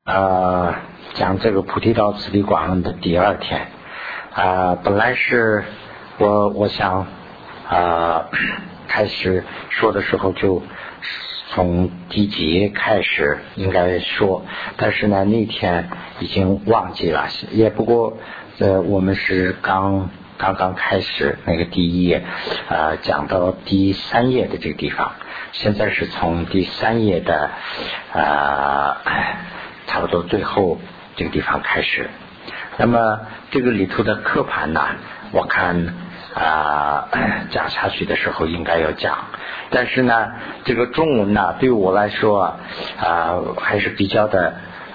讲这个菩提道次第广论的第二天。本来是我想开始说的时候就从第几页开始应该说，但是呢那天已经忘记了，也不过我们是刚刚开始那个第一页讲到第三页的这个地方，现在是从第三页的差不多最后这个地方开始。那么这个里头的课盘呢，我看讲下去的时候应该要讲，但是呢这个中文呢对我来说还是比较的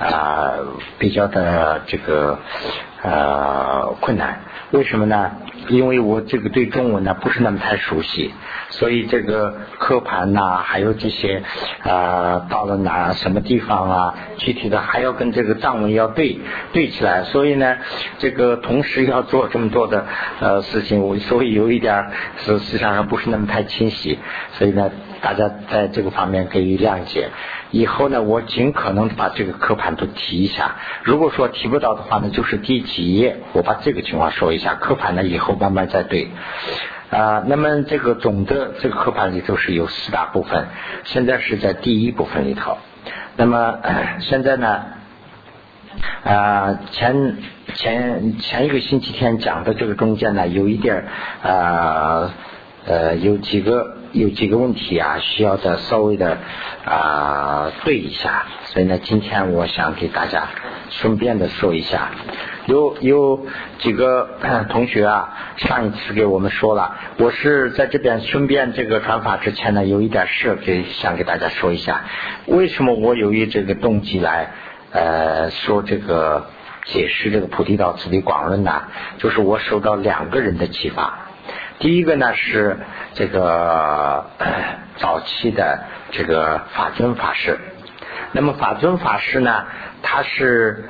这个困难。为什么呢？因为我这个对中文呢不是那么太熟悉，所以这个课盘还有这些到了哪什么地方具体的还要跟这个藏文要对起来，所以呢这个同时要做这么多的事情，所以有一点思想上不是那么太清晰，所以呢大家在这个方面可以谅解。以后呢我尽可能把这个课盘都提一下，如果说提不到的话呢，就是第几页我把这个情况说一下，课盘呢以后慢慢再对。那么这个总的这个课盘里头是有4大部分，现在是在第1部分里头。那么现在呢前一个星期天讲的这个中间呢有一点有几个问题需要的稍微的对一下，所以呢今天我想给大家顺便的说一下。有几个同学上一次给我们说了，我是在这边顺便这个传法之前呢有一点事想给大家说一下。为什么我有这个动机来说这个解释这个菩提道次第广论呢？就是我受到2个人的启发。第一个呢是这个早期的这个法尊法师。那么法尊法师呢，他是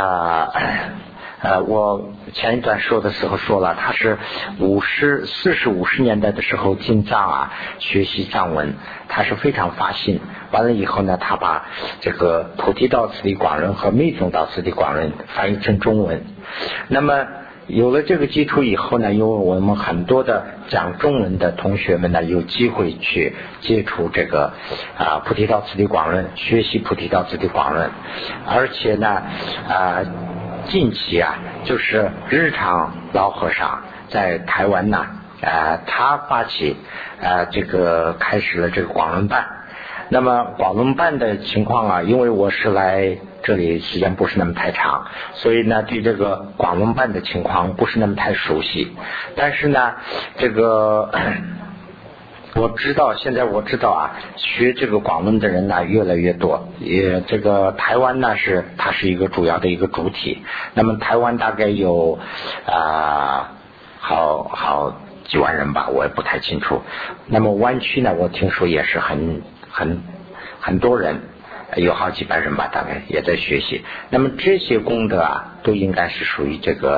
我前一段说的时候说了，他是40、50年代的时候进藏学习藏文，他是非常发心。完了以后呢，他把这个菩提道次第广论和密宗道次第广论翻译成中文。那么有了这个基础以后呢，因为我们很多的讲中文的同学们呢有机会去接触这个菩提道次第广论，学习菩提道次第广论。而且呢近期就是日常老和尚在台湾呢他发起这个开始了这个广论办。那么广论办的情况因为我是来这里时间不是那么太长，所以呢对这个广论办的情况不是那么太熟悉。但是呢这个现在我知道学这个广论的人呢越来越多，也这个台湾呢它是一个主要的一个主体。那么台湾大概有好几万人吧，我也不太清楚。那么湾区呢我听说也是很多人，有好几百人吧，大概也在学习。那么这些功德都应该是属于这个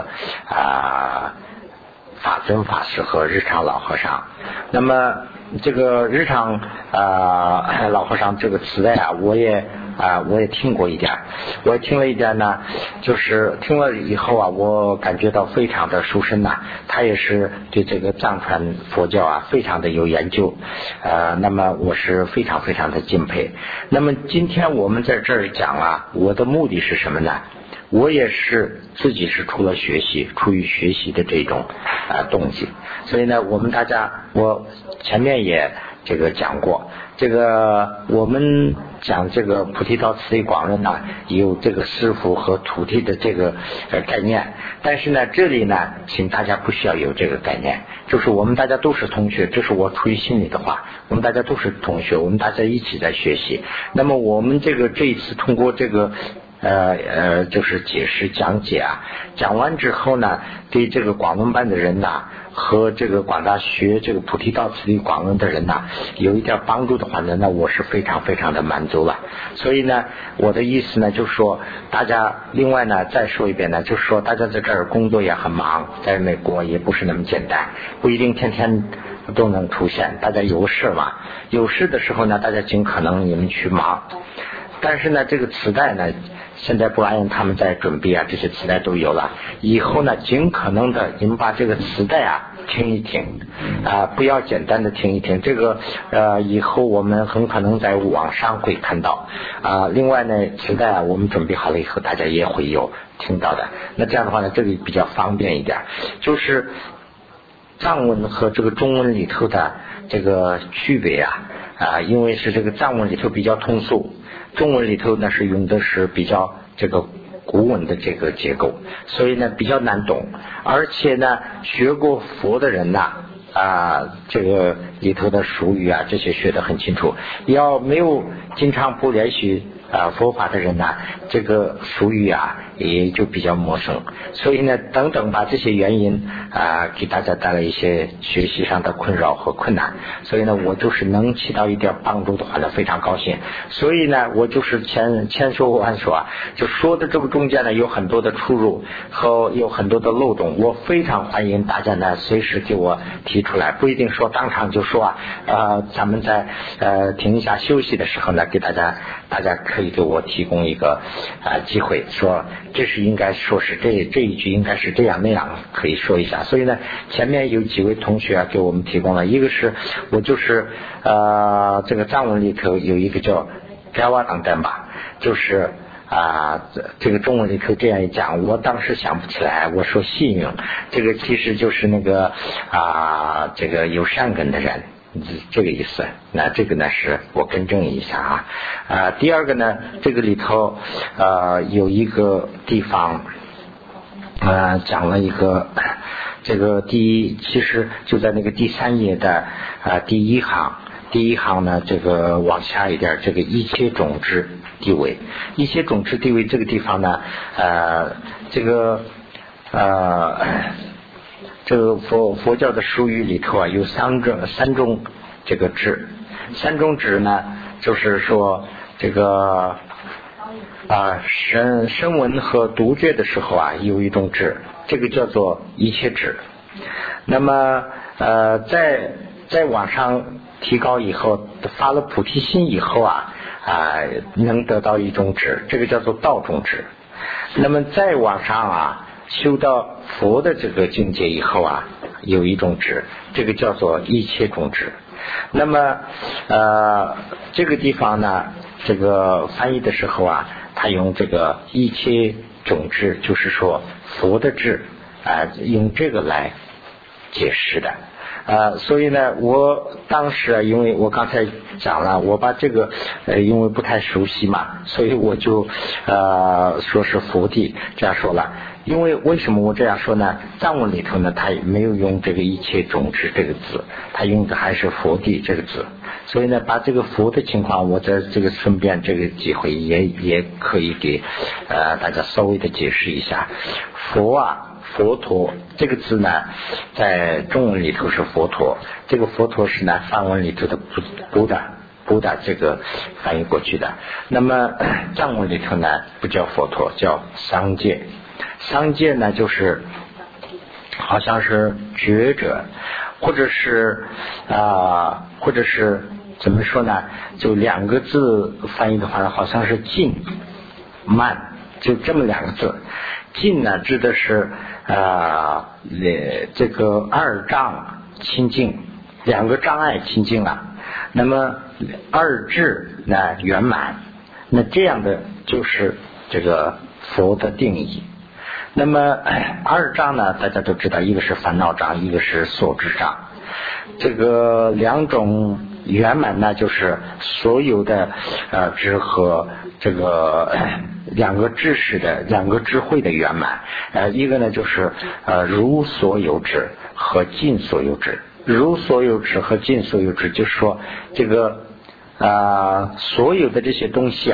法尊法师和日常老和尚。那么这个日常老和尚这个词代我也听过一点，我听了一点呢，就是听了以后我感觉到非常的殊胜他也是对这个藏传佛教非常的有研究，那么我是非常非常的敬佩。那么今天我们在这儿讲我的目的是什么呢？我也是自己是出于学习的这种动机，所以呢我们大家我前面也这个讲过，这个我们讲这个菩提道次第广论有这个师父和徒弟的这个概念。但是呢这里呢请大家不需要有这个概念，就是我们大家都是同学，这是我出于心里的话，我们大家都是同学，我们大家一起在学习。那么我们这一次通过这个就是解释讲解讲完之后呢，对这个广论班的人和这个广大学这个菩提道次第广论的人有一点帮助的话呢，那我是非常非常的满足了。所以呢我的意思呢就是说，大家另外呢再说一遍呢，就是说大家在这儿工作也很忙，在美国也不是那么简单，不一定天天都能出现，大家有事有事的时候呢大家尽可能你们去忙。但是呢这个磁带呢现在布莱恩他们在准备啊，这些磁带都有了。以后呢，尽可能的你们把这个磁带啊听一听不要简单的听一听。这个以后我们很可能在网上会看到另外呢，磁带啊我们准备好了以后，大家也会有听到的。那这样的话呢，这个比较方便一点，就是藏文和这个中文里头的这个区别因为是这个藏文里头比较通俗，中文里头呢是用的是比较这个古文的这个结构，所以呢比较难懂。而且呢，学过佛的人呐这个里头的俗语这些学得很清楚。要没有经常不联系佛法的人呢，这个俗语也就比较陌生。所以呢，等等把这些原因给大家带来一些学习上的困扰和困难。所以呢，我就是能起到一点帮助的话呢，非常高兴。所以呢，我就是千说万说就说的这个中间呢有很多的出入和有很多的漏洞。我非常欢迎大家呢随时给我提出来，不一定说当场就说咱们在停一下休息的时候呢，给大家可以给我提供一个机会，说这是应该说是这一句应该是这样那样，可以说一下。所以呢，前面有几位同学给我们提供了，一个是我就是这个藏文里头有一个叫盖瓦当丹吧，就是这个中文里头这样一讲，我当时想不起来，我说幸运，这个其实就是那个这个有善根的人，这个意思。那这个呢是我更正一下第二个呢，这个里头有一个地方讲了一个这个其实就在那个第3页的第一行呢，这个往下一点，这个一切种子地位，一切种子地位这个地方呢这个佛教的术语里头有三种这个智，三种智呢就是说这个声闻和独觉的时候有一种智，这个叫做一切智。那么在往上提高以后，发了菩提心以后能得到一种智，这个叫做道种智。那么再往上修到佛的这个境界以后有一种智，这个叫做一切种智。那么这个地方呢，这个翻译的时候他用这个一切种智，就是说佛的智用这个来解释的。所以呢，我当时因为我刚才讲了，我把这个因为不太熟悉嘛，所以我就说是佛地这样说了。因为为什么我这样说呢？藏文里头呢，他没有用这个一切种子这个字，他用的还是佛地这个字。所以呢，把这个佛的情况，我在这个顺便这个机会也可以给大家稍微的解释一下。佛陀这个字呢，在中文里头是佛陀，这个佛陀是呢梵文里头的布达这个翻译过去的。那么藏文里头呢不叫佛陀，叫桑界。桑界呢就是好像是觉者，或者是怎么说呢，就2个字翻译的话好像是静慢，就这么2个字。静呢指的是这个2障清净，2个障碍清净了。那么2智呢圆满，那这样的就是这个佛的定义。那么2障呢，大家都知道，一个是烦恼障，一个是所知障。这个2种圆满呢，就是所有的智和这个2个知识的2个智慧的圆满。一个呢就是如所有智和尽所有智。如所有智和尽所有智，就是说这个所有的这些东西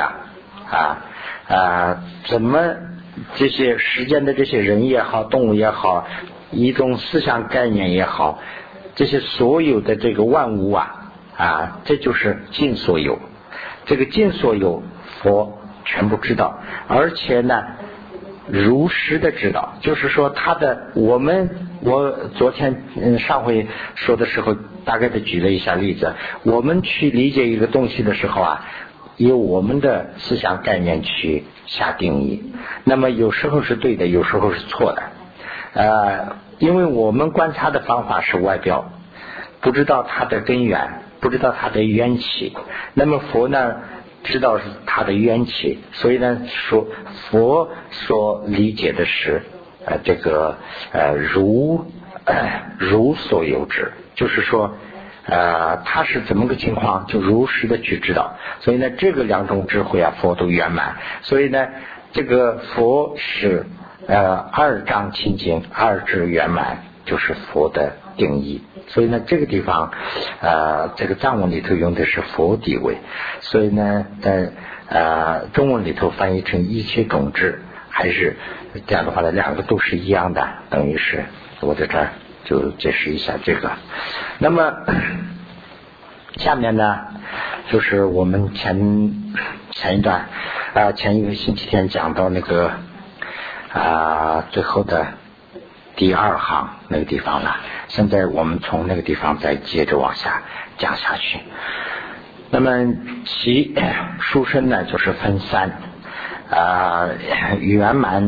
怎么这些世间的这些人也好，动物也好，一种思想概念也好，这些所有的这个万物这就是尽所有。这个尽所有佛全部知道，而且呢如实的知道，就是说我昨天上回说的时候大概的举了一下例子，我们去理解一个东西的时候由我们的思想概念去下定义，那么有时候是对的，有时候是错的。因为我们观察的方法是外表，不知道它的根源，不知道它的缘起。那么佛呢，知道是它的缘起，所以呢，说佛所理解的是这个如所有之，就是说它是怎么个情况，就如实的去知道。所以呢，这个两种智慧啊，佛都圆满。所以呢，这个佛是二障清净，二智圆满，就是佛的定义。所以呢，这个地方这个藏文里头用的是佛地位，所以呢在中文里头翻译成一切种智，还是这样的话呢，两个都是一样的，等于是我在这儿就解释一下这个。那么下面呢，就是我们前一段前一个星期天讲到那个最后的第二行那个地方了。现在我们从那个地方再接着往下讲下去。那么其殊胜呢，就是分三，圆满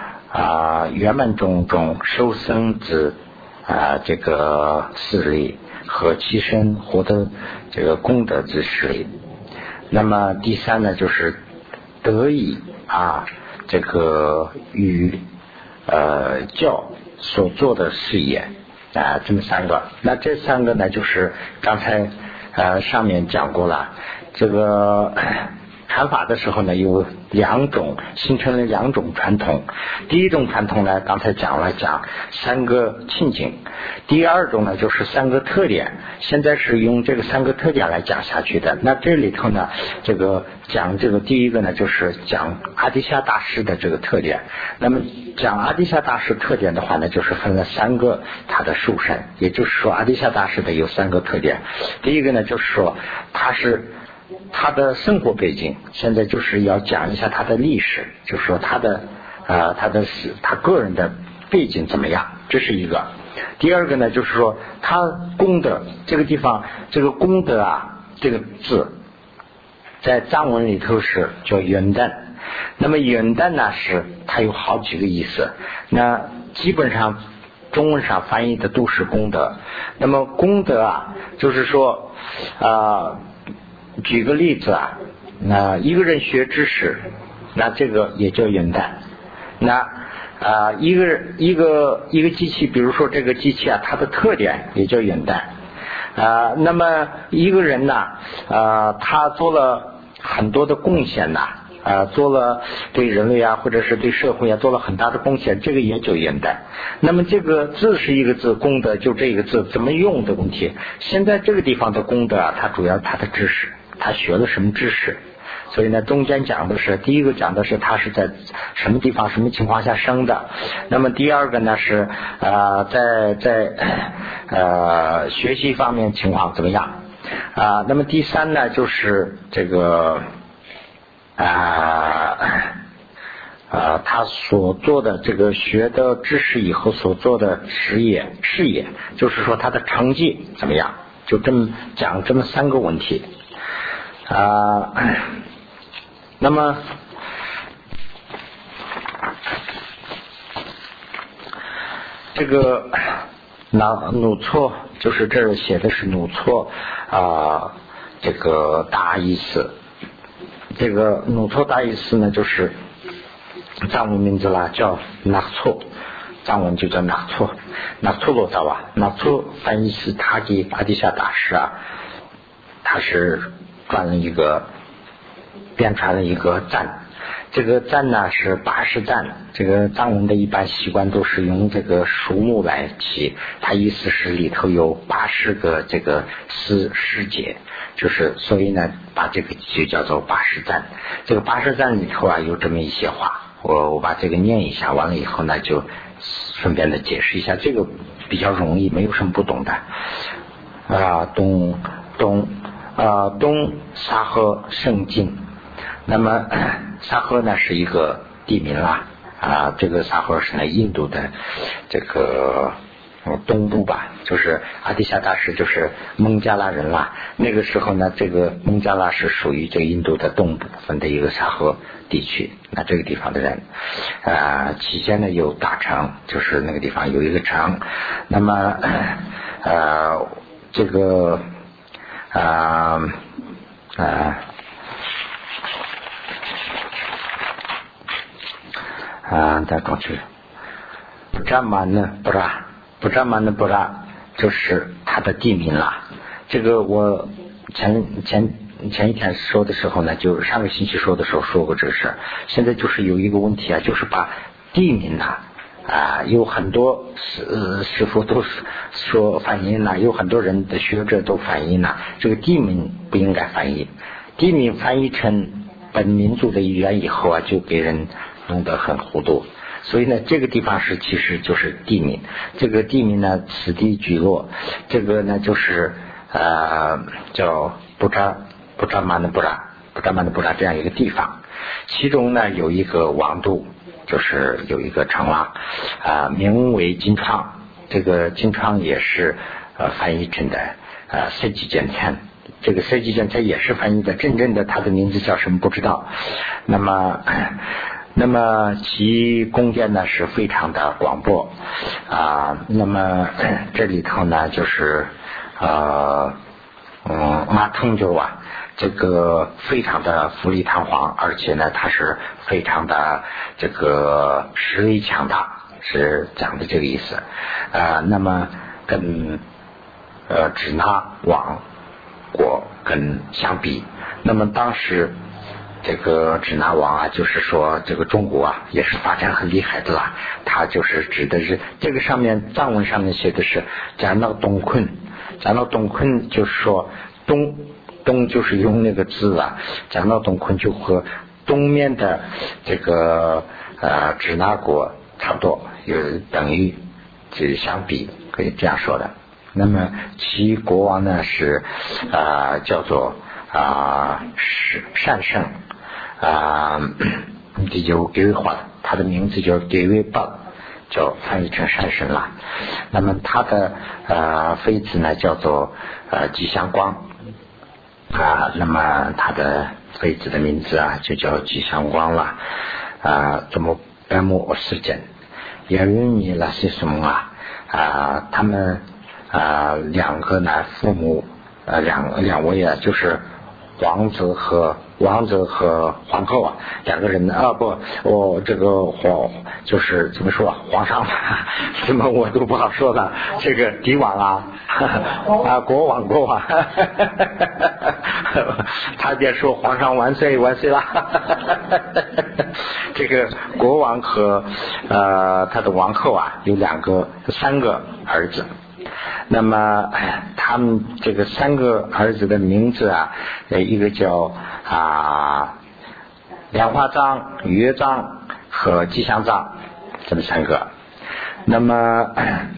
种种受生子这个四力和其身获得这个功德之四力。那么第三呢，就是得以这个与教所做的事业这么三个。那这三个呢，就是刚才上面讲过了，这个传法的时候呢，有两种，形成了两种传统。第一种传统呢，刚才讲三个情景。第二种呢，就是三个特点，现在是用这个三个特点来讲下去的。那这里头呢，这个讲这个第一个呢，就是讲阿底夏大师的这个特点。那么讲阿底夏大师特点的话呢，就是分了三个他的殊胜，也就是说阿底夏大师的有三个特点。第一个呢，就是说他的生活背景，现在就是要讲一下他的历史，就是说他个人的背景怎么样，这是一个。第二个呢，就是说他功德，这个地方这个功德这个字在藏文里头是叫元旦。那么元旦呢，是它有好几个意思，那基本上中文上翻译的都是功德。那么功德就是说举个例子那一个人学知识，那这个也叫元旦。那一个机器，比如说这个机器它的特点也叫元旦。那么一个人呢他做了很多的贡献做了对人类或者是对社会做了很大的贡献，这个也叫元旦。那么这个字是一个字，功德就这个字怎么用的问题。现在这个地方的功德它主要他的知识，他学了什么知识。所以呢，中间讲的是，第一个讲的是他是在什么地方什么情况下生的。那么第二个呢是在学习方面情况怎么样那么第三呢，就是这个他所做的这个学的知识以后所做的事业，就是说他的成绩怎么样，就这么讲这么三个问题那么这个努错，就是这儿写的是努错这个大意思。这个努错大意思呢，就是藏文名字叫纳错，藏文就叫纳错，纳错罗达瓦。纳错翻译是他给阿底夏大师他是编传了一个赞。这个赞呢是80赞，这个藏文的一般习惯都是用这个数目来起，它意思是里头有80个这个诗节，就是所以呢把这个就叫做80赞。这个80赞里头有这么一些话，我把这个念一下，完了以后呢就顺便的解释一下，这个比较容易，没有什么不懂的东沙河圣境。那么沙河呢是一个地名这个沙河是印度的这个东部吧，就是阿底夏大师就是孟加拉人啦。那个时候呢，这个孟加拉是属于这个印度的东部分的一个沙河地区。那这个地方的人，期间呢有大城，就是那个地方有一个城。那么这个再过去，不占满呢不拉，不占满呢不拉，就是它的地名啦。这个我前一天说的时候呢，就上个星期说的时候说过这个事儿。现在就是有一个问题啊，就是把地名呐有很多师傅都说翻译了，有很多人的学者都翻译了，这个地名不应该翻译，地名翻译成本民族的语言以后啊，就给人弄得很糊涂。所以呢，这个地方其实就是地名。这个地名呢，此地聚落，这个呢就是叫布扎曼的布拉这样一个地方。其中呢有一个王都，就是有一个城隍名为金创。这个金创也是翻译成的设计简天。这个设计简天也是翻译的，真正的他的名字叫什么不知道。那么其宫殿呢是非常的广博那么这里头呢就是马通州这个非常的富丽堂皇，而且呢它是非常的这个实力强大，是讲的这个意思那么跟支那王国跟相比，那么当时这个支那王就是说这个中国也是发展很厉害的啦。他就是指的是这个上面藏文上面写的是讲到东昆，就是说东就是用那个字讲到东昆就和东面的这个支那国差不多，有等于这相比，可以这样说的。那么其国王呢是叫做善圣这就给化，他的名字叫给维巴，叫翻译成善圣了。那么他的妃子呢叫做吉祥光那么他的妃子的名字就叫吉祥光了怎么白木事件也允你那些什么他们两个呢父母两位就是王子和皇后两个人这个就是怎么说皇上什么我都不好说了，这个帝王国王他别说皇上万岁万岁啦这个国王和他的王后有三个儿子。那么他们这个三个儿子的名字一个叫莲花藏、月藏和吉祥藏，这么三个。那么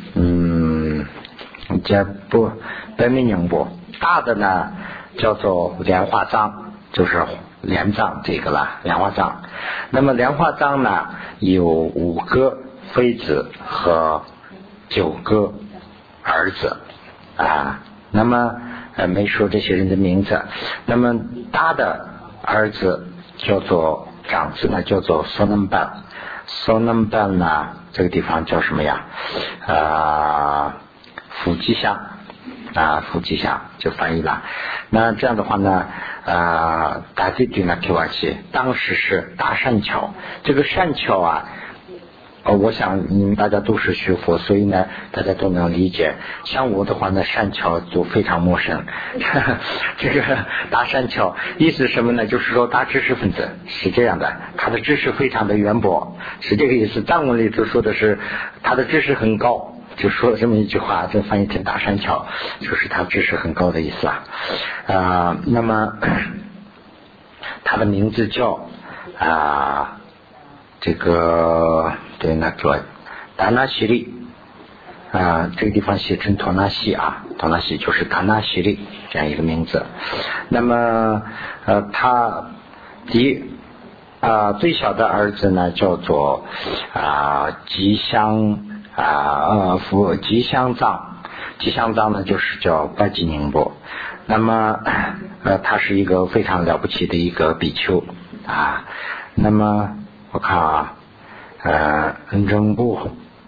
这不白眉宁不大的呢叫做莲花藏，就是莲藏这个了，莲花藏。那么莲花藏呢有5个妃子和9个儿子那么没说这些人的名字。那么大的儿子叫做长子呢叫做索能班呢这个地方叫什么呀福吉祥就翻译了。那这样的话呢大地对呢当时是大善桥，这个善桥我想你们大家都是学佛，所以呢大家都能理解。像我的话呢善巧就非常陌生这个大善巧意思是什么呢？就是说大知识分子是这样的，他的知识非常的渊博，是这个意思。藏文里头说的是他的知识很高，就说了这么一句话，就翻译成大善巧，就是他知识很高的意思那么他的名字叫这个对那个达那西利这个地方写成托纳西托纳西就是达那西利这样一个名字。那么他最小的儿子呢叫做吉祥吉祥藏，吉祥藏呢就是叫巴吉宁波。那么他是一个非常了不起的一个比丘啊。那么我看人部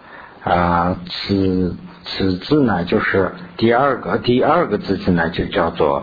此字呢就是第二个字呢就叫做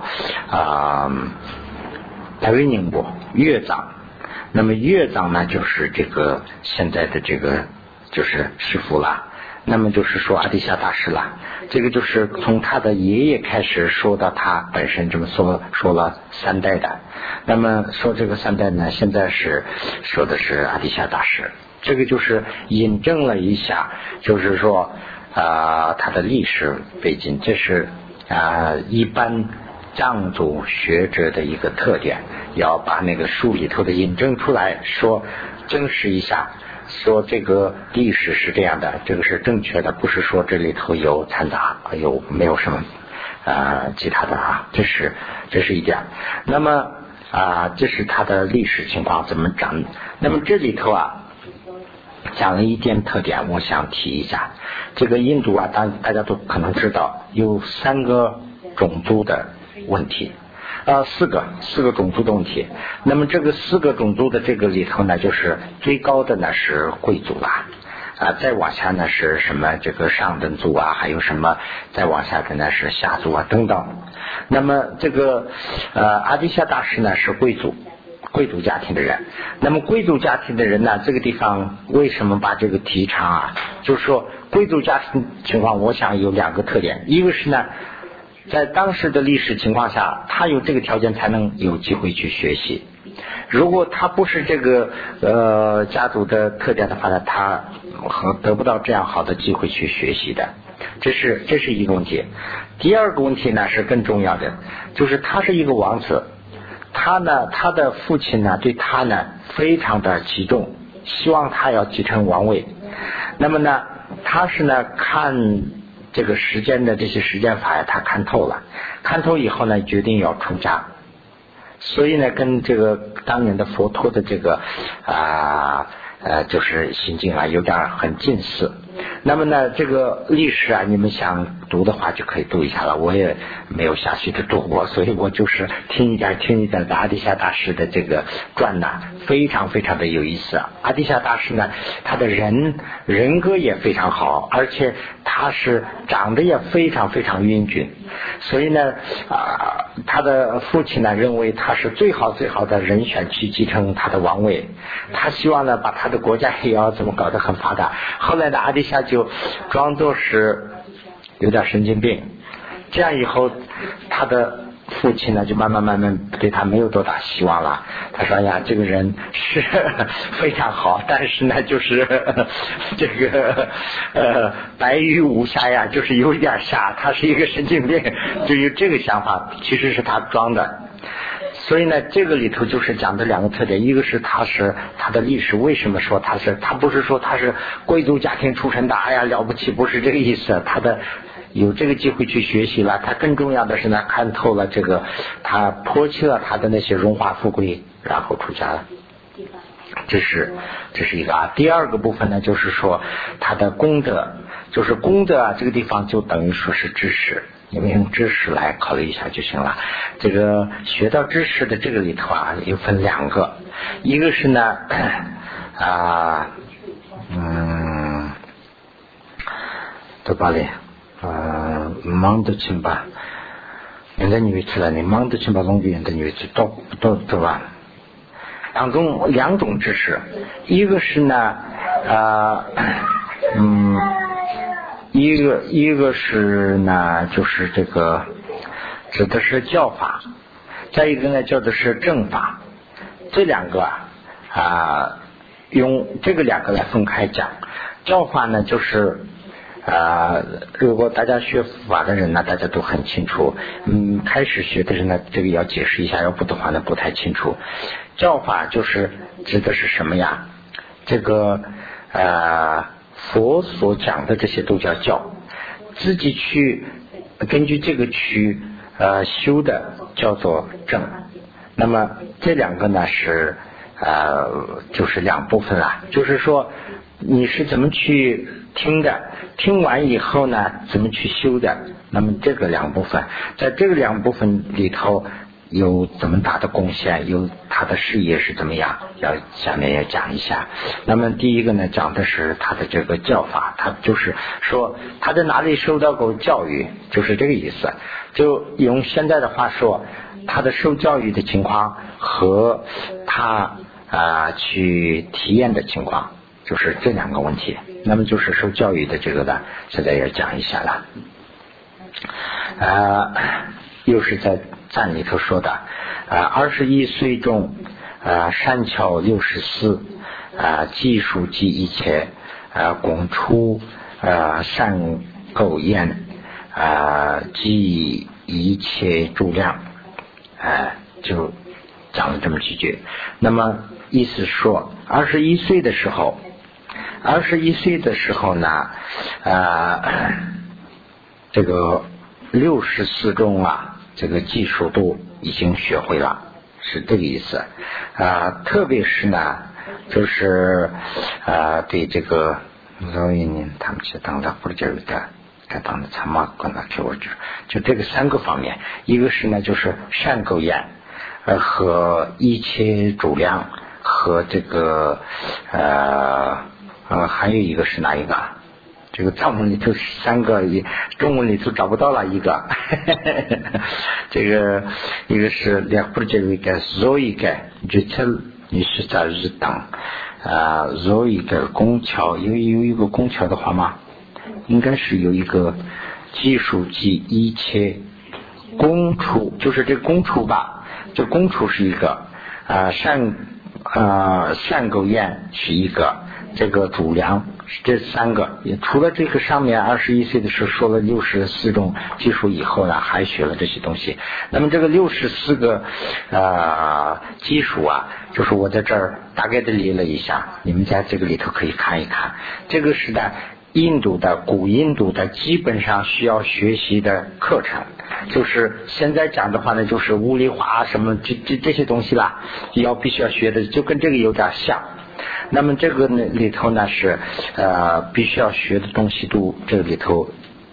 白维宁波乐藏。那么乐藏呢就是这个现在的这个就是师父了。那么就是说阿底夏大师了，这个就是从他的爷爷开始说到他本身这么说了3代的。那么说这个3代呢，现在是说的是阿底夏大师，这个就是引证了一下，就是说他的历史背景，这是一般藏族学者的一个特点，要把那个书里头的引证出来，说证实一下，说这个历史是这样的，这个是正确的，不是说这里头有掺杂，没有什么其他的这是一点。那么这是它的历史情况怎么讲。那么这里头讲了一点特点，我想提一下。这个印度大家都可能知道有3个种族的问题，4个种族的问题。那么这个4个种族的这个里头呢，就是最高的呢是贵族啦，再往下呢是什么这个上等族还有什么再往下的呢是下族等等。那么这个阿底夏大师呢是贵族家庭的人。那么贵族家庭的人呢，这个地方为什么把这个提倡就是说贵族家庭情况，我想有2个特点。一个是呢，在当时的历史情况下，他有这个条件才能有机会去学习。如果他不是这个家族的特点的话呢，他得不到这样好的机会去学习的。这是一个问题。第2个问题呢是更重要的，就是他是一个王子，他的父亲呢对他呢非常的器重，希望他要继承王位。那么呢他是呢看这个时间的这些时间法他看透了，看透以后呢决定要出家。所以呢跟这个当年的佛陀的这个就是心境有点很近似。那么呢这个历史你们想读的话就可以读一下了，我也没有详细的读过，所以我就是听一点的阿底夏大师的这个传非常非常的有意思。阿底夏大师呢他的人格也非常好，而且他是长得也非常非常英俊，所以呢他的父亲呢认为他是最好的人选去继承他的王位，他希望呢把他的国家也要怎么搞得很发达。后来的阿底夏就装作是有点神经病，这样以后他的父亲呢就慢慢对他没有多大希望了。他说这个人是非常好，但是呢就是这个白玉无瑕就是有一点瞎，他是一个神经病，就有这个想法，其实是他装的。所以呢这个里头就是讲的2个特点。一个是他的历史，为什么说他不是说他是贵族家庭出身的了不起，不是这个意思。他的有这个机会去学习了，他更重要的是呢看透了这个，他抛弃了他的那些荣华富贵，然后出家了。这是一个第2个部分呢就是说他的功德，就是功德这个地方就等于说是知识，你们用知识来考虑一下就行了。这个学到知识的这个里头又分2个，一个是呢对吧嘞忙得清吧原来你会出来，你忙得清吧龙原的你会知道对吧。两种知识，一个是呢一个是呢就是这个指的是教法，再一个呢叫的是正法。这2个用这个2个来分开讲。教法呢就是如果大家学法的人呢大家都很清楚，开始学的人呢这个要解释一下，要不的话呢不太清楚。教法就是指的是什么这个佛所讲的这些都叫教，自己去根据这个去修的叫做正。那么这2个呢是就是2部分就是说你是怎么去听完以后呢，怎么去修的？那么这个两部分，在这个两部分里头有怎么大的贡献，有他的事业是怎么样，下面要讲一下。那么第一个呢，讲的是他的这个教法，他就是说他在哪里受到过教育，就是这个意思。就用现在的话说，他的受教育的情况和他去体验的情况，就是这两个问题。那么就是受教育的这个呢，现在要讲一下了。又是在赞里头说的，21岁中善巧64技术及一切拱出善垢焰及一切诸量，就讲了这么几句。那么意思说21岁的时候呢这个64中这个技术都已经学会了，是这个意思特别是呢就是对这个所以呢他们去当了不就的该当的参马跟他去我就这个三个方面，一个是呢就是善垢焰和一切主量和这个还有一个是哪一个？这个藏文里头三个，中文里头找不到了一个。这个一个是两不这个做一个决策你是在日当做一个工桥，有一个工桥的话吗？应该是有一个技术及一切工处，就是这工处吧，这工处是一个善垢焰是一个，这个主量这三个，也除了这个上面21岁的时候说了64种技术以后呢，还学了这些东西。那么这个64个技术就是我在这儿大概的列了一下，你们在这个里头可以看一看。这个是在古印度的基本上需要学习的课程，就是现在讲的话呢，就是物理化什么这些东西啦，必须要学的，就跟这个有点像。那么这个呢里头呢是必须要学的东西都这里头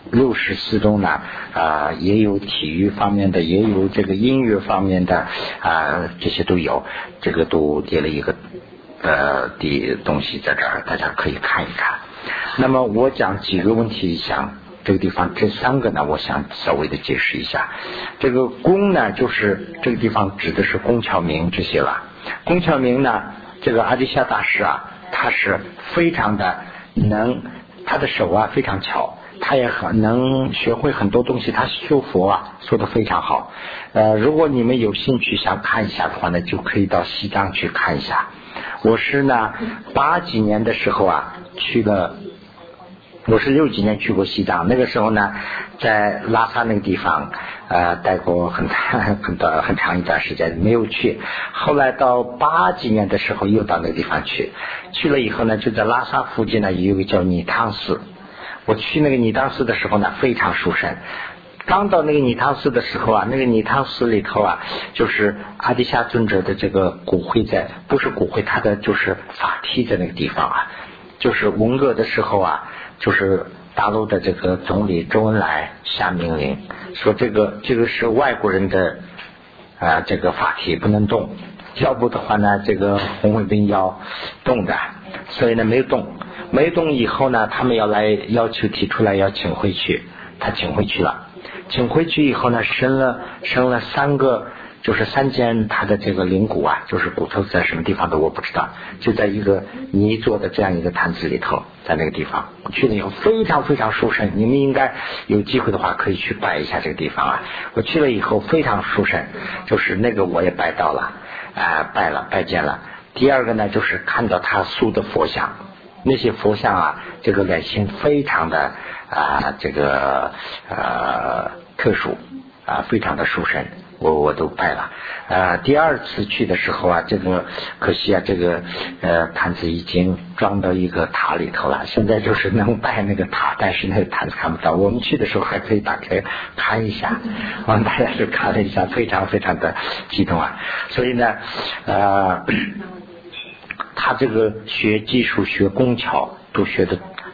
64中呢也有体育方面的，也有这个音乐方面的这些都有，这个都列了一个的东西在这儿，大家可以看一看。那么我讲几个问题，想这个地方这三个呢，我想稍微的解释一下。这个宫呢，就是这个地方指的是宫桥明这些了。宫桥明呢，这个阿底夏大师他是非常的他的手非常巧，他也很能学会很多东西，他修佛说得非常好。如果你们有兴趣想看一下的话呢，就可以到西藏去看一下。我是呢80几年的时候去了，我是60几年去过西藏，那个时候呢在拉萨那个地方待过很长一段时间，没有去。后来到80几年的时候又到那个地方去了以后呢，就在拉萨附近呢有一个叫尼汤寺。我去那个尼汤寺的时候呢非常殊胜。刚到那个尼汤寺的时候那个尼汤寺里头就是阿底夏尊者的这个骨灰不是骨灰，他的就是法体在那个地方就是文革的时候就是大陆的这个总理周恩来下命令说这个是外国人的这个法体不能动，要不的话呢这个红卫兵要动的，所以呢没动以后呢，他们要求提出来要请回去，他请回去了。请回去以后呢，生了就是3件他的这个灵骨就是骨头在什么地方的我不知道，就在一个泥做的这样一个坛子里头，在那个地方去了以后非常非常殊胜，你们应该有机会的话可以去拜一下这个地方我去了以后非常殊胜，就是那个我也拜到了拜见了。第二个呢就是看到他塑的佛像，那些佛像这个脸型非常的这个特殊非常的殊胜，我都拜了。第二次去的时候这个可惜这个坛子已经装到一个塔里头了，现在就是能拜那个塔，但是那个坛子看不到。我们去的时候还可以打开看一下，我们大家就看了一下，非常非常的激动所以呢他这个学技术学工巧都学的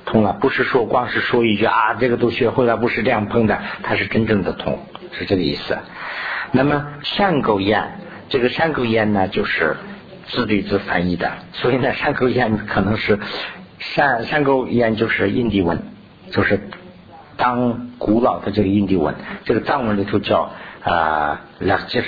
通了，不是说光是说一句啊这个都学会了，不是这样碰的，它是真正的通，是这个意思。那么山沟宴，这个山沟宴呢就是字对字翻译的，所以呢山沟宴可能是山沟宴就是印地文，就是当古老的这个印地文，这个藏文里头叫Lakjir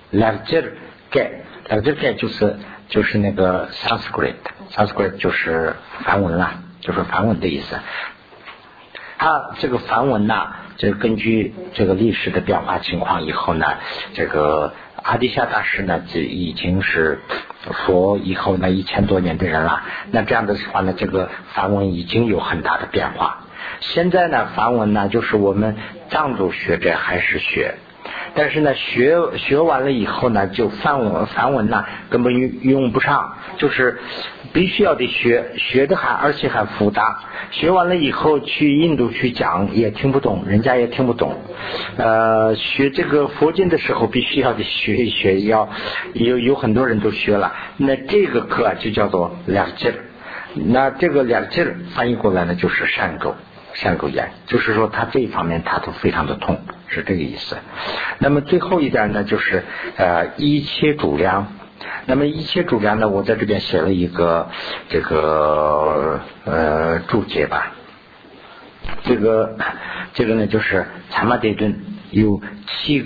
盖就是那个 Sanskrit 就是梵文啦，就是梵文的意思。它这个梵文呐，这根据这个历史的变化情况以后呢，这个阿底夏大师呢，这已经是佛以后呢1000多年的人了。那这样的话呢，这个梵文已经有很大的变化。现在呢，梵文呢，就是我们藏族学者还是学，但是呢，学完了以后呢，就梵文呢根本用不上，就是必须要得学的而且很复杂。学完了以后去印度去讲也听不懂，人家也听不懂。学这个佛经的时候必须要得学一学，有很多人都学了。那这个课就叫做两劲儿。那这个两劲儿翻译过来呢，就是山沟炎，就是说他这一方面他都非常的痛，是这个意思。那么最后一点呢，就是一切主量。那么一切主量呢，我在这边写了一个这个注解吧。这个呢，就是参玛得顿有7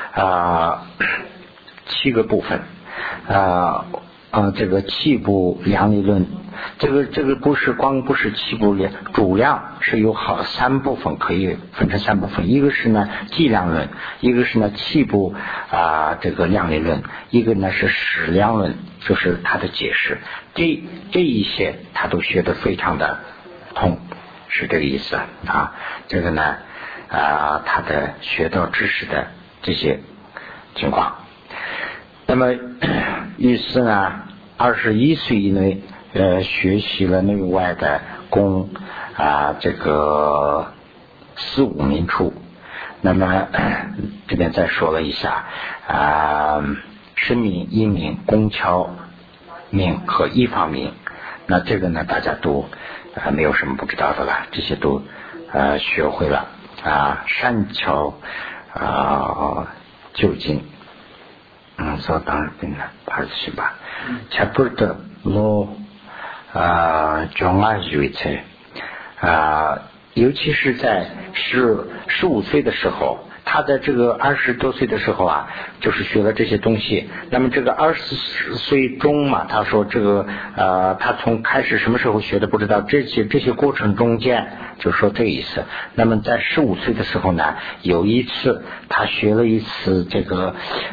个部分这个气部量理论，这个不是气部量，主量是有3部分，可以分成3部分，一个是呢计量论，一个是呢气部这个量理论，一个呢是矢量论，就是它的解释。这一些他都学得非常的通，是这个意思啊。这个呢他的学到知识的这些情况。那么于是呢21岁以内学习了内外的功这个4、5民处。那么这边再说了一下声明、音明、工巧明和一方明。那这个呢大家都没有什么不知道的了，这些都学会了善巧就近所当然的是吧？Chapter lo 정아주의체尤其是在15岁的时候，他在这个20多岁的时候就是学了这些东西。那么这个20岁中嘛，他说这个他从开始什么时候学的不知道，这些过程中间就说这个意思。那么在15岁的时候呢，有一次他学了一次这个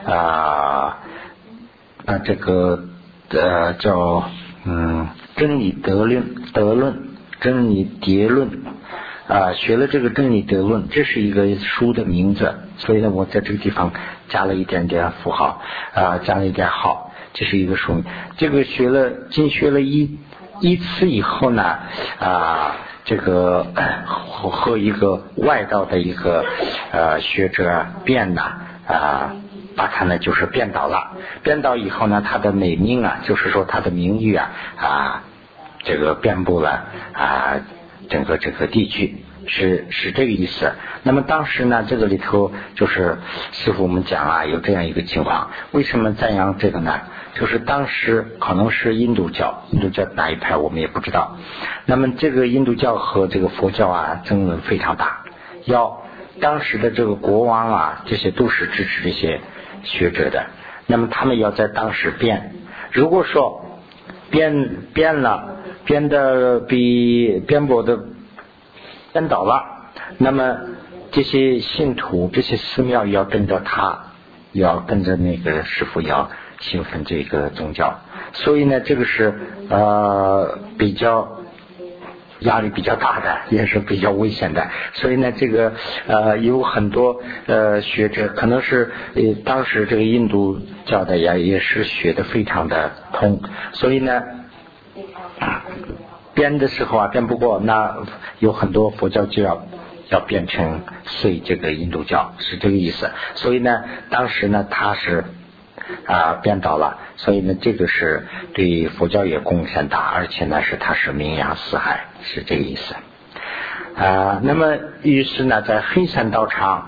叫真理德论真理迭论学了这个真理德论，这是一个书的名字，所以呢我在这个地方加了一点点符号加了一点号，这是一个书名。这个经学了一次以后呢这个和一个外道的一个学者辩把他呢就是辩倒了，辩倒以后呢，他的美名就是说他的名誉这个遍布了整个这个地区，是这个意思。那么当时呢，这个里头就是师父我们讲有这样一个情况，为什么赞扬这个呢？就是当时可能是印度教哪一派我们也不知道。那么这个印度教和这个佛教争论非常大，当时的这个国王这些都是支持这些学者的。那么他们要在当时辩，如果说辩的比辩驳的颠倒了，那么这些信徒这些寺庙要跟着他，要跟着那个师父要信奉这个宗教。所以呢这个是比较压力比较大的，也是比较危险的。所以呢这个有很多学者可能是当时这个印度教的也是学得非常的通，所以呢编的时候编不过，那有很多佛教就要变成随这个印度教，是这个意思。所以呢当时呢他是编导了，所以呢这个是对佛教也贡献大，而且呢它是名扬四海，是这个意思。那么于是呢在黑山道场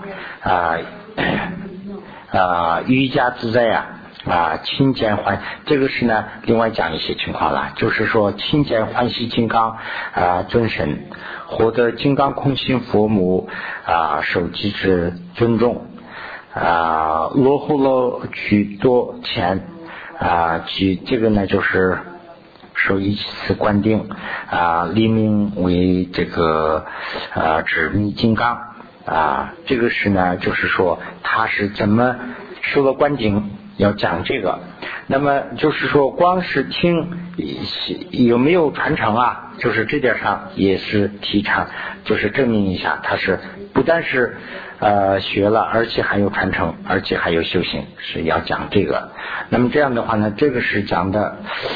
瑜伽自在亲见欢，这个是呢另外讲一些情况了，就是说亲见欢喜金刚尊神，获得金刚空性佛母受记之尊重罗睺罗居多钱举这个呢就是受一次灌顶立名为这个指密金刚这个是呢就是说他是怎么受了灌顶，要讲这个。那么就是说光是听有没有传承就是这点上也是提倡，就是证明一下他是不但是学了，而且还有传承，而且还有修行，是要讲这个。那么这样的话呢，这个是讲的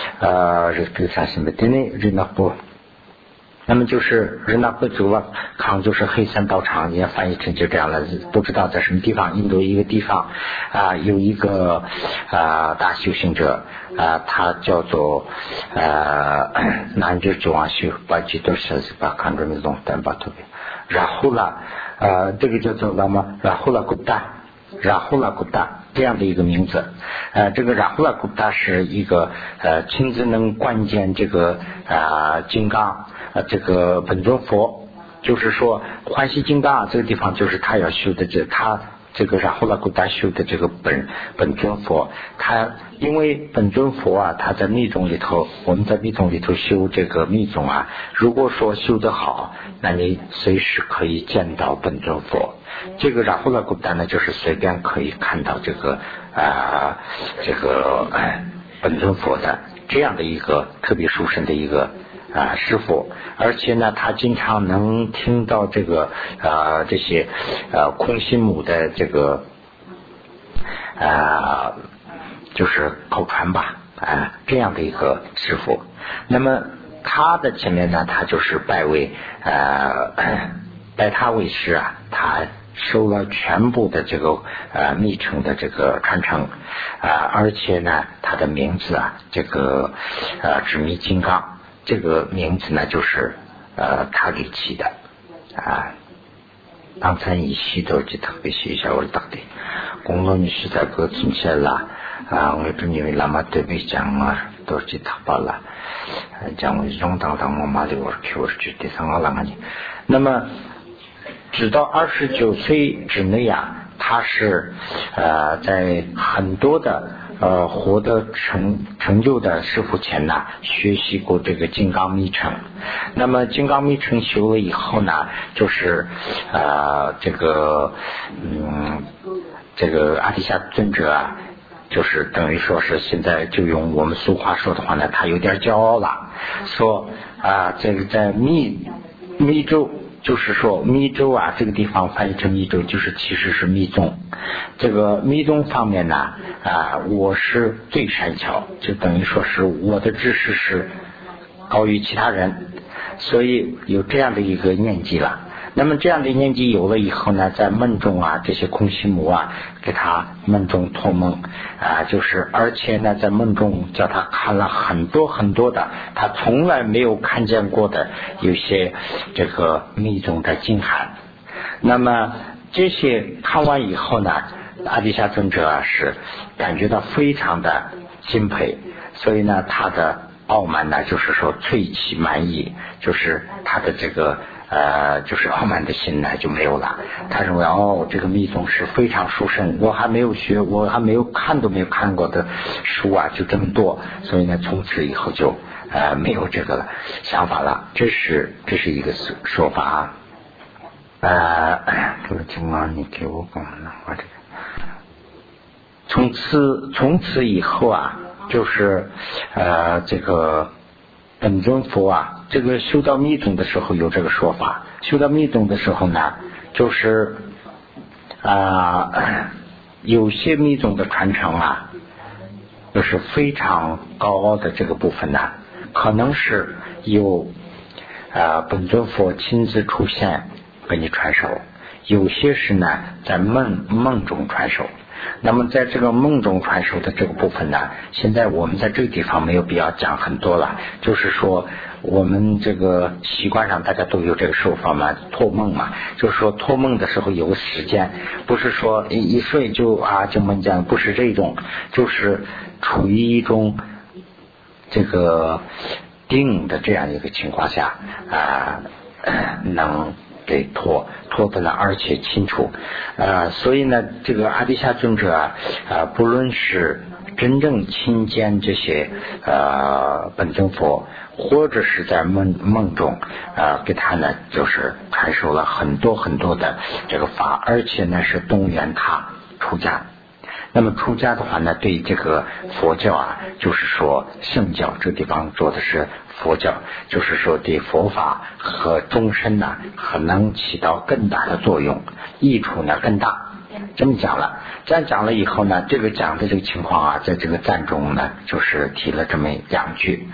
那么就是人那不足了，康就是黑山道场，也翻译成就这样了。不知道在什么地方，印度一个地方有一个大修行者他叫做南就九王修巴吉多舍斯巴康准米龙丹巴图比，然后了这个叫做什么？然后了古达。拉呼拉古达这样的一个名字，这个拉呼拉古达是一个亲自能观见这个金刚这个本尊佛，就是说欢喜金刚这个地方就是他要修的他这个拉呼拉古达修的这个本尊佛，他因为本尊佛他在密宗里头，我们在密宗里头修这个密宗如果说修得好，那你随时可以见到本尊佛。这个拉呼拉古达呢，就是随便可以看到这个本尊佛的这样的一个特别殊胜的一个师父，而且呢他经常能听到这个这些空心母的这个就是口传吧这样的一个师父。那么他的前面呢，他就是拜他为师他收了全部的这个密乘的这个传承而且呢他的名字这个指密金刚这个名字呢就是他给起的刚才以西都就特别写一下我到底工作你是在个存起来了我这因为那么对比讲都是他把了讲我用当我妈的我去第三个了那么直到29岁之内他是在很多的获得成就的师父前学习过这个金刚密乘。那么金刚密乘修了以后呢，就是这个阿底夏尊者就是等于说是现在就用我们俗话说的话呢，他有点骄傲了，说这个在密州。就是说密州这个地方翻译成密州，就是其实是密宗。这个密宗方面呢我是最善巧，就等于说是我的知识是高于其他人，所以有这样的一个念纪了。那么这样的念纪有了以后呢，在梦中这些空心母给他梦中托梦就是而且呢在梦中叫他看了很多很多的他从来没有看见过的有些这个密宗的经函。那么这些看完以后呢，阿底夏尊者是感觉到非常的敬佩，所以呢他的傲慢呢就是说萃其满意，就是他的这个就是傲慢的心呢就没有了。他认为这个密宗是非常殊胜，我还没有学，我还没有看都没有看过的书就这么多，所以呢从此以后就没有这个想法了。这是一个说法这个情况你给我讲了我这个从此以后就是这个本尊佛这个修到密宗的时候有这个说法，修到密宗的时候呢，就是有些密宗的传承就是非常高傲的这个部分呢，可能是有本尊佛亲自出现给你传授，有些是呢在梦中传授。 那么在这个梦中传授的这个部分呢，现在我们在这个地方没有必要讲很多了，就是说我们这个习惯上大家都有这个说法嘛，托梦嘛，就是说托梦的时候有个时间，不是说一睡就梦见，不是这种，就是处于一种这个定的这样一个情况下能给托的呢，而且清楚所以呢，这个阿底夏尊者不论是真正亲见这些本尊佛，或者是在梦中给他呢就是传授了很多很多的这个法，而且呢是动员他出家。那么出家的话呢，对这个佛教就是说圣教这地方做的是佛教，就是说对佛法和众生呢可能起到更大的作用，益处呢更大。这么讲了，这样讲了以后呢，这个讲的这个情况在这个赞中呢就是提了这么两句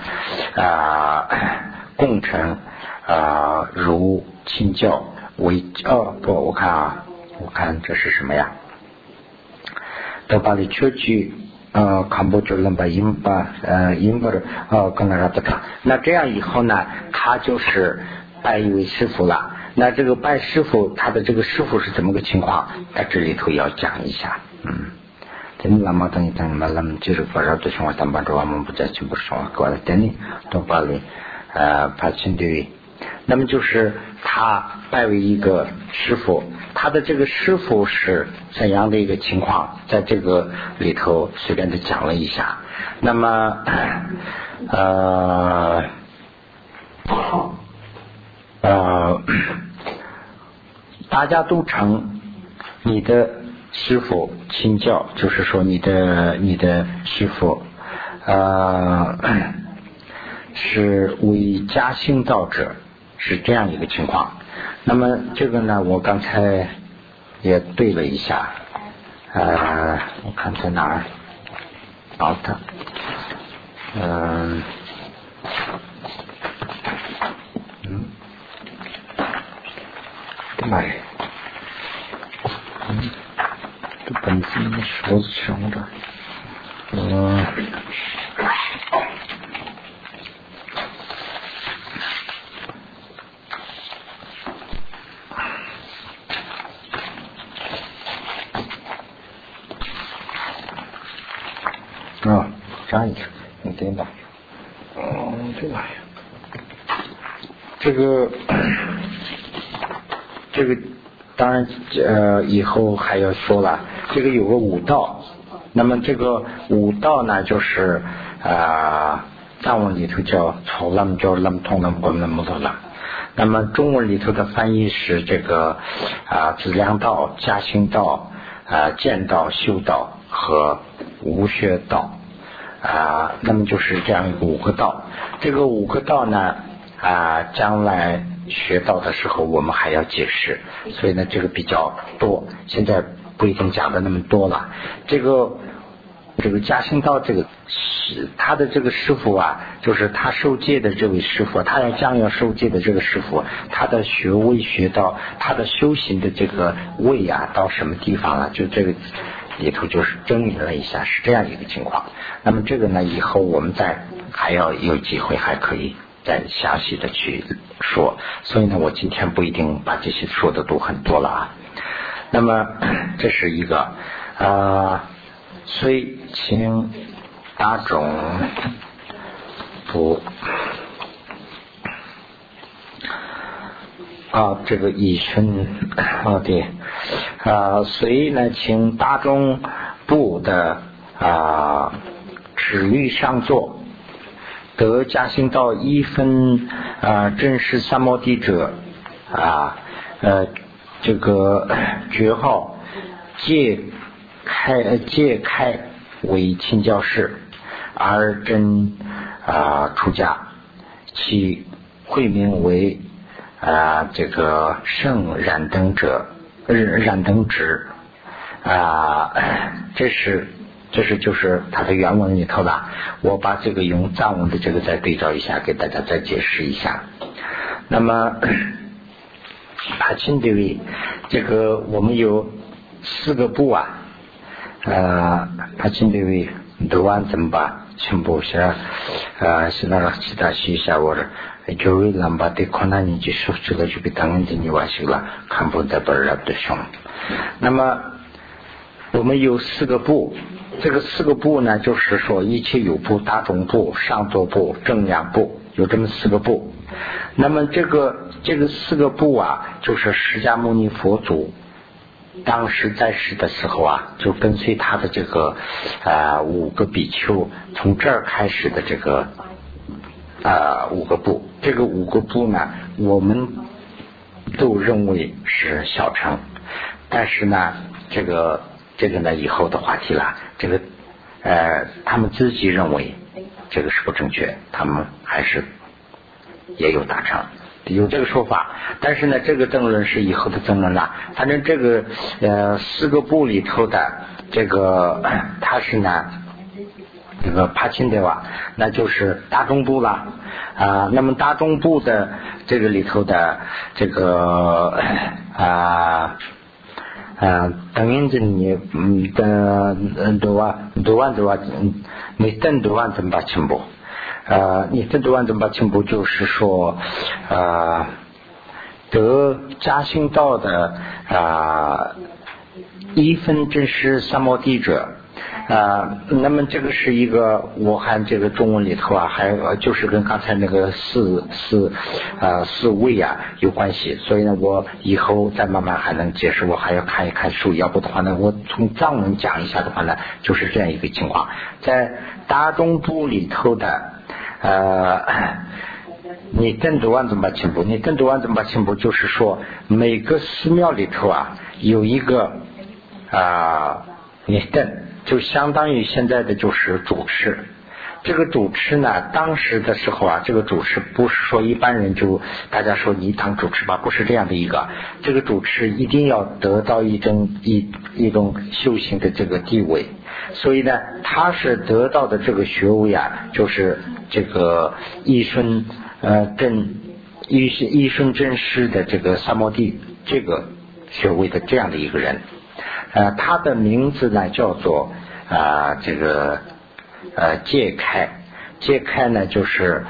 共成如亲教为我看这是什么呀？都把你出去看不准了吧音吧跟他的看，那这样以后呢，他就是拜一位师傅了。那这个拜师傅，他的这个师傅是怎么个情况，在这里头要讲一下。等那么等一等，那么就是不知道的情况，咱们这我们不再进步生活过来，等你都把你把亲对。那么就是他拜为一个师傅，他的这个师傅是怎样的一个情况，在这个里头随便的讲了一下。那么大家都称你的师傅亲教，就是说你的师傅是为家兴道者，是这样一个情况。那么这个呢，我刚才也对了一下我看在哪儿找的对这本子说是什么的这样一个你听到对吧？这个当然以后还要说了，这个有个五道。那么这个五道呢，就是藏文里头叫草浪叫浪通浪光浪木头浪。那么中文里头的翻译是这个资粮道、家兴道、见道、修道和无学道那么就是这样五个道。这个五个道呢将来学到的时候我们还要解释，所以呢这个比较多，现在不一定讲的那么多了。这个家兴道这个他的这个师傅就是他受戒的这位师傅，他将要受戒的这个师傅，他的学位学到他的修行的这个位到什么地方了，就这个里头就是证明了一下是这样一个情况。那么这个呢以后我们还要有机会还可以再详细的去说，所以呢我今天不一定把这些说的都很多了那么这是一个所以请大众不这个以身对所以呢请大众部的指律上座，得家兴道一分正式三摩地者这个爵号戒开为亲教士，而真出家，其会名为这个圣燃灯者燃灯之这是就是它的原文里头的，我把这个用藏文的这个再对照一下，给大家再解释一下。那么亲对位这个我们有4个部 파친데위 도안 점바 첨보샤 신나락치다 시샤월 교회 람바데 코난이지 수치가 주비 당연히 와시라 캄보다 버랍드숑 那么我们有4个部，这个4个部呢就是说一切有部、大众部、上座部、正量部，有这么4个部。那么这个4个部啊，就是释迦牟尼佛祖当时在世的时候啊，就跟随他的这个5个比丘，从这儿开始的这个5个部。这个5个部呢，我们都认为是小乘，但是呢，这个呢以后的话题了。这个他们自己认为这个是不正确，他们还是也有大乘。有这个说法，但是呢，这个争论是以后的争论了。反正这个4个部里头的这个，它是呢，这个帕钦的话，那就是大众部了那么大众部的这个里头的这个等于是你多万，你等多万怎么全部？你这多万怎么清不就是说得加行道的一分真实三摩地者那么这个是一个我看这个中文里头啊，还有就是跟刚才那个四位啊有关系，所以呢我以后再慢慢还能解释，我还要看一看书，要不的话呢我从藏文讲一下的话呢就是这样一个情况。在大众部里头的你登多万怎么清补？你登多万怎么清补？就是说每个寺庙里头啊有一个你登，就相当于现在的就是主持。这个主持呢，当时的时候啊，这个主持不是说一般人就大家说你当主持吧，不是这样的一个。这个主持一定要得到一种修行的这个地位，所以呢，他是得到的这个学位啊，就是这个一顺真师的这个三摩地这个学位的这样的一个人。他的名字呢叫做这个戒开呢就是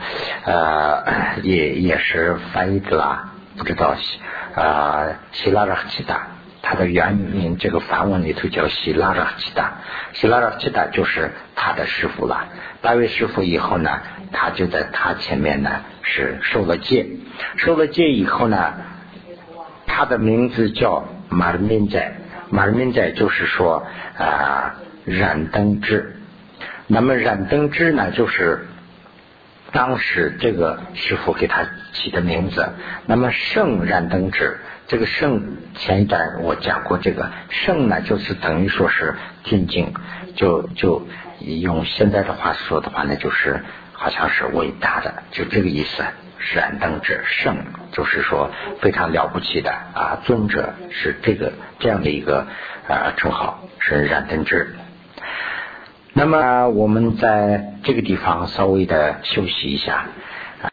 也是翻译的啦，不知道希拉拉奇达，他的原名这个梵文里头叫希拉拉奇达就是他的师父了。大卫师父以后呢，他就在他前面呢是受了戒以后呢，他的名字叫马尔敏在就是说燃灯智。那么燃灯智呢，就是当时这个师父给他起的名字。那么圣燃灯智，这个圣前一段我讲过，这个圣呢就是等于说是进境，就用现在的话说的话呢，就是好像是伟大的，就这个意思。燃灯智圣就是说非常了不起的尊者，是这样的一个称号，是燃灯智。那么我们在这个地方稍微的休息一下